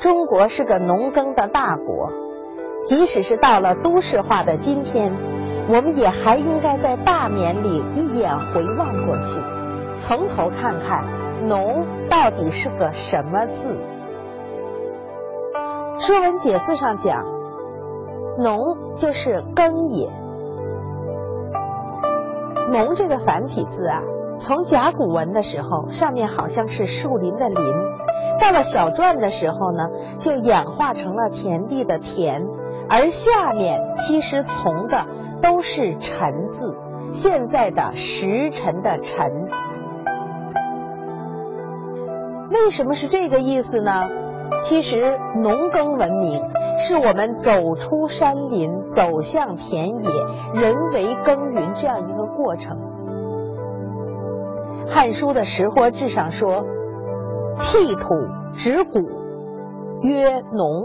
中国是个农耕的大国，即使是到了都市化的今天，我们也还应该在大年里一眼回望过去，从头看看农到底是个什么字。《说文解字》上讲，农就是耕也。农这个繁体字啊，从甲骨文的时候上面好像是树林的林，到了小篆的时候呢，就演化成了田地的田，而下面其实从的都是辰字，现在的时辰的辰。为什么是这个意思呢？其实农耕文明是我们走出山林，走向田野，人为耕耘这样一个过程。汉书的识货志上说，辟土植谷曰农，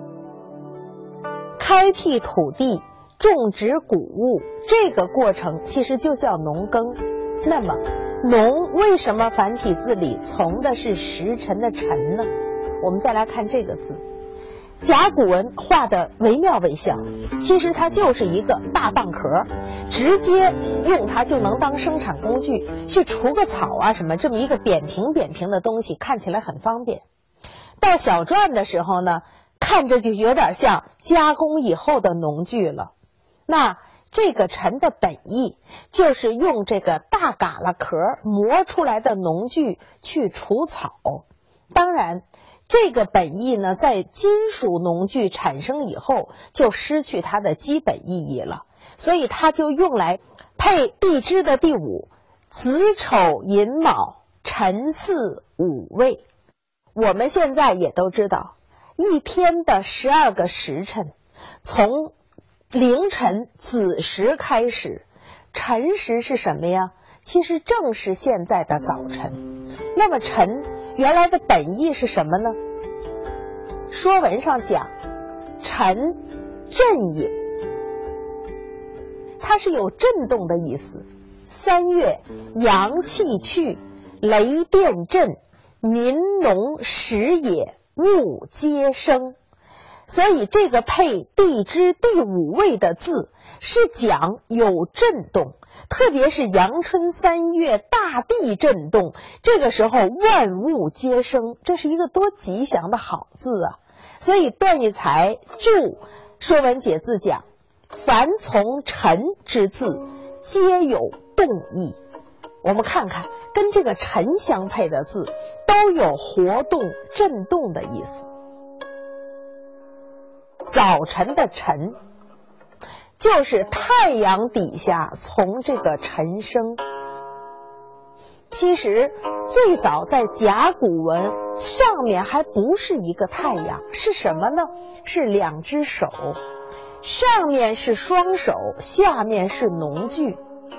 开辟土地，种植谷物，这个过程其实就叫农耕。那么农为什么繁体字里从的是时辰的辰呢？我们再来看这个字，甲骨文画的惟妙惟肖，其实它就是一个大蚌壳，直接用它就能当生产工具，去除个草啊什么，这么一个扁平的东西，看起来很方便。到小篆的时候呢，看着就有点像加工以后的农具了。那这个辰的本意就是用这个大嘎啦壳磨出来的农具去除草。当然这个本意呢，在金属农具产生以后就失去它的基本意义了，所以它就用来配地支的第五，子丑寅卯辰巳午未。我们现在也都知道，一天的12个时辰，从凌晨子时开始，辰时是什么呀？其实正是现在的早晨。那么辰原来的本意是什么呢？说文上讲，辰震也，它是有震动的意思。3月阳气去，雷电震，民农时也，物皆生。所以这个配地支第五位的字是讲有震动，特别是阳春3月大地震动，这个时候万物皆生，这是一个多吉祥的好字啊！所以段玉裁注《说文解字》讲，凡从辰之字皆有动意。我们看看跟这个辰相配的字都有活动震动的意思。早晨的晨就是太阳底下从这个辰生。其实最早在甲骨文上面还不是一个太阳，是什么呢？是2只手，上面是双手，下面是农具。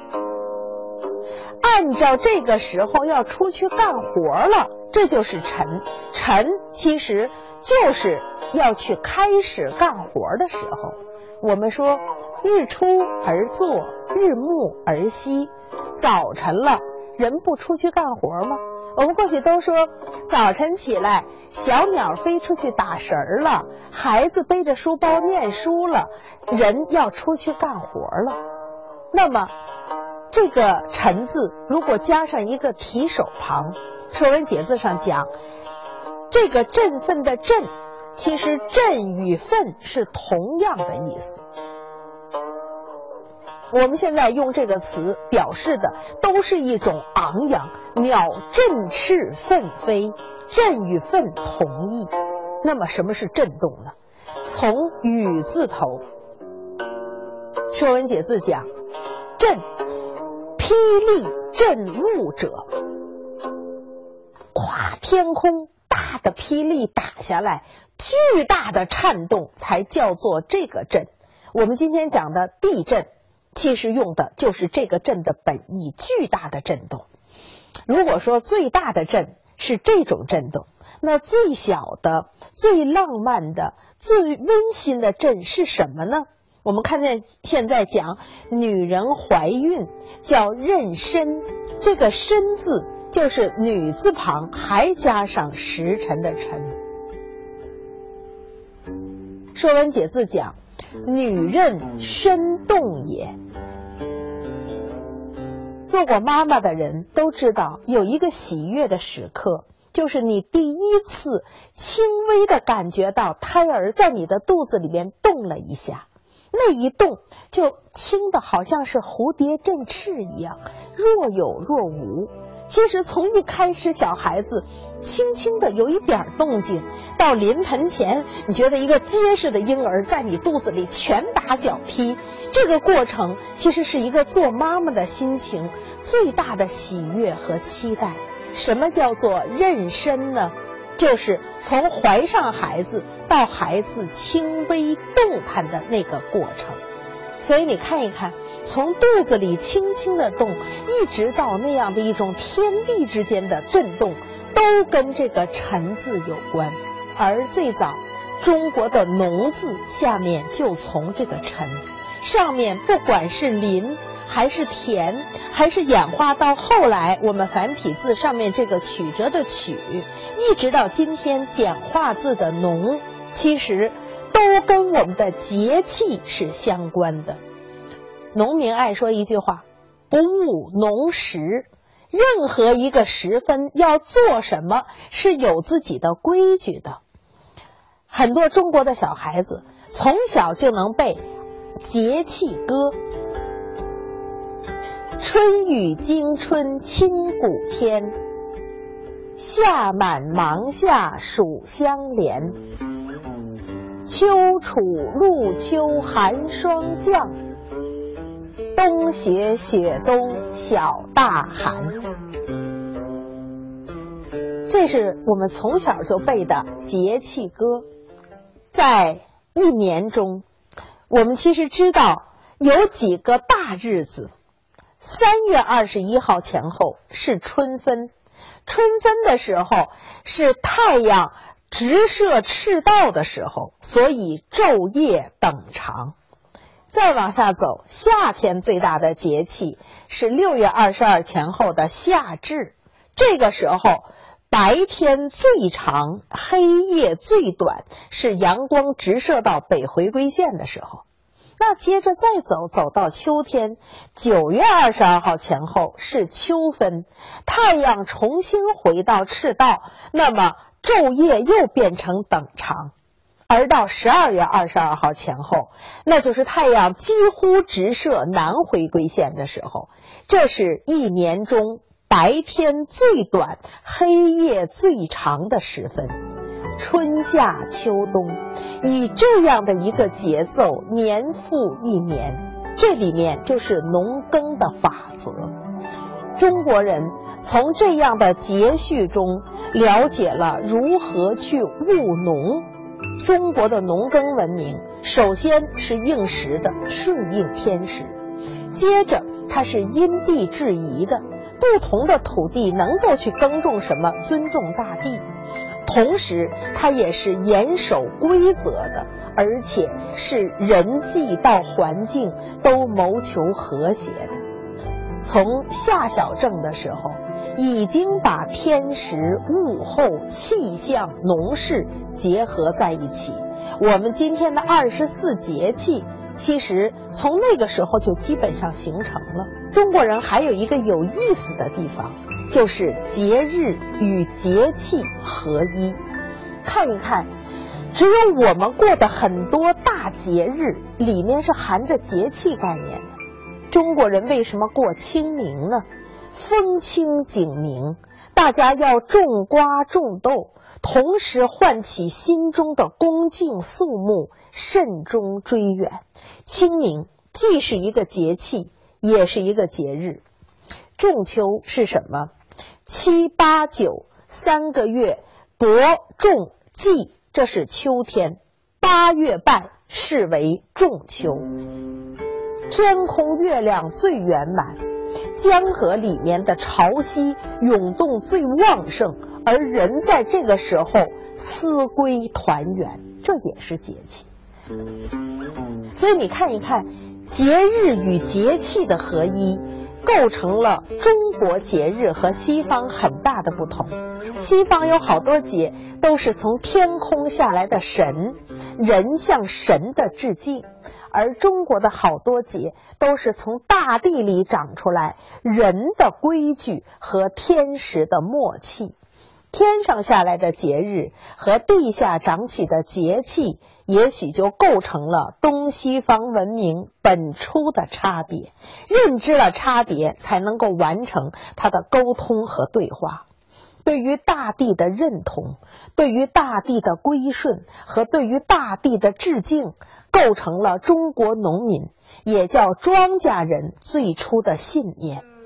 按照这个时候要出去干活了，这就是晨。晨其实就是要去开始干活的时候。我们说日出而作，日暮而息，早晨了，人不出去干活吗？我们过去都说早晨起来，小鸟飞出去打食了，孩子背着书包念书了，人要出去干活了。那么这个晨字如果加上一个提手旁，说文解字上讲，这个振奋的振，其实振与奋是同样的意思。我们现在用这个词表示的都是一种昂扬，鸟振翅奋飞，振与奋同义。那么什么是震动呢？从雨字头，说文解字讲，震霹雳震物者，跨天空大的霹雳打下来，巨大的颤动才叫做这个震。我们今天讲的地震其实用的就是这个震的本意，巨大的震动。如果说最大的震是这种震动，那最小的、最浪漫的、最温馨的震是什么呢？我们看见现在讲女人怀孕叫妊娠，这个娠字就是女字旁还加上时辰的辰。 说文解字讲，女任身动也。做过妈妈的人都知道，有一个喜悦的时刻，就是你第一次轻微的感觉到胎儿在你的肚子里面动了一下，那一动就轻的好像是蝴蝶振翅一样，若有若无。其实从一开始小孩子轻轻的有一点动静，到临盆前你觉得一个结实的婴儿在你肚子里拳打脚踢，这个过程其实是一个做妈妈的心情最大的喜悦和期待。什么叫做妊娠呢？就是从怀上孩子到孩子轻微动弹的那个过程。所以你看一看，从肚子里轻轻的动，一直到那样的一种天地之间的震动，都跟这个辰字有关。而最早中国的农字下面就从这个辰，上面不管是林还是田还是演化到后来我们繁体字上面这个曲折的曲，一直到今天简化字的农，其实都跟我们的节气是相关的。农民爱说一句话，不务农时，任何一个时分要做什么是有自己的规矩的。很多中国的小孩子从小就能背节气歌，春雨惊春清谷天，夏满芒夏暑相连，秋处露秋寒霜降，冬雪雪冬小大寒。这是我们从小就背的节气歌。在一年中，我们其实知道有几个大日子。3月21号前后是春分，春分的时候是太阳直射赤道的时候，所以昼夜等长。再往下走，夏天最大的节气是6月22前后的夏至，这个时候白天最长，黑夜最短，是阳光直射到北回归线的时候。那接着再走到秋天，9月22号前后是秋分，太阳重新回到赤道，那么昼夜又变成等长。而到12月22号前后，那就是太阳几乎直射南回归线的时候，这是一年中白天最短，黑夜最长的时分。春夏秋冬以这样的一个节奏，年复一年，这里面就是农耕的法则。中国人从这样的节序中了解了如何去务农。中国的农耕文明首先是应时的，顺应天时，接着它是因地制宜的，不同的土地能够去耕种什么，尊重大地，同时它也是严守规则的，而且是人际到环境都谋求和谐的。从夏小正的时候，已经把天时、物候、气象、农事结合在一起。我们今天的24节气，其实从那个时候就基本上形成了。中国人还有一个有意思的地方，就是节日与节气合一。看一看，只有我们过的很多大节日里面是含着节气概念的。中国人为什么过清明呢？风清景明，大家要种瓜种豆，同时唤起心中的恭敬肃穆，慎终追远。清明既是一个节气，也是一个节日。仲秋是什么？7、8、9 3个月，播、仲、季，这是秋天。8月半是为仲秋。天空月亮最圆满，江河里面的潮汐涌动最旺盛，而人在这个时候思归团圆，这也是节气。所以你看一看，节日与节气的合一， 构成了中国节日和西方很大的不同。西方有好多节都是从天空下来的神，人向神的致敬，而中国的好多节都是从大地里长出来人的规矩和天时的默契。天上下来的节日和地下长起的节气，也许就构成了东西方文明本初的差别。认知了差别，才能够完成它的沟通和对话。对于大地的认同，对于大地的归顺和对于大地的致敬，构成了中国农民，也叫庄稼人最初的信念。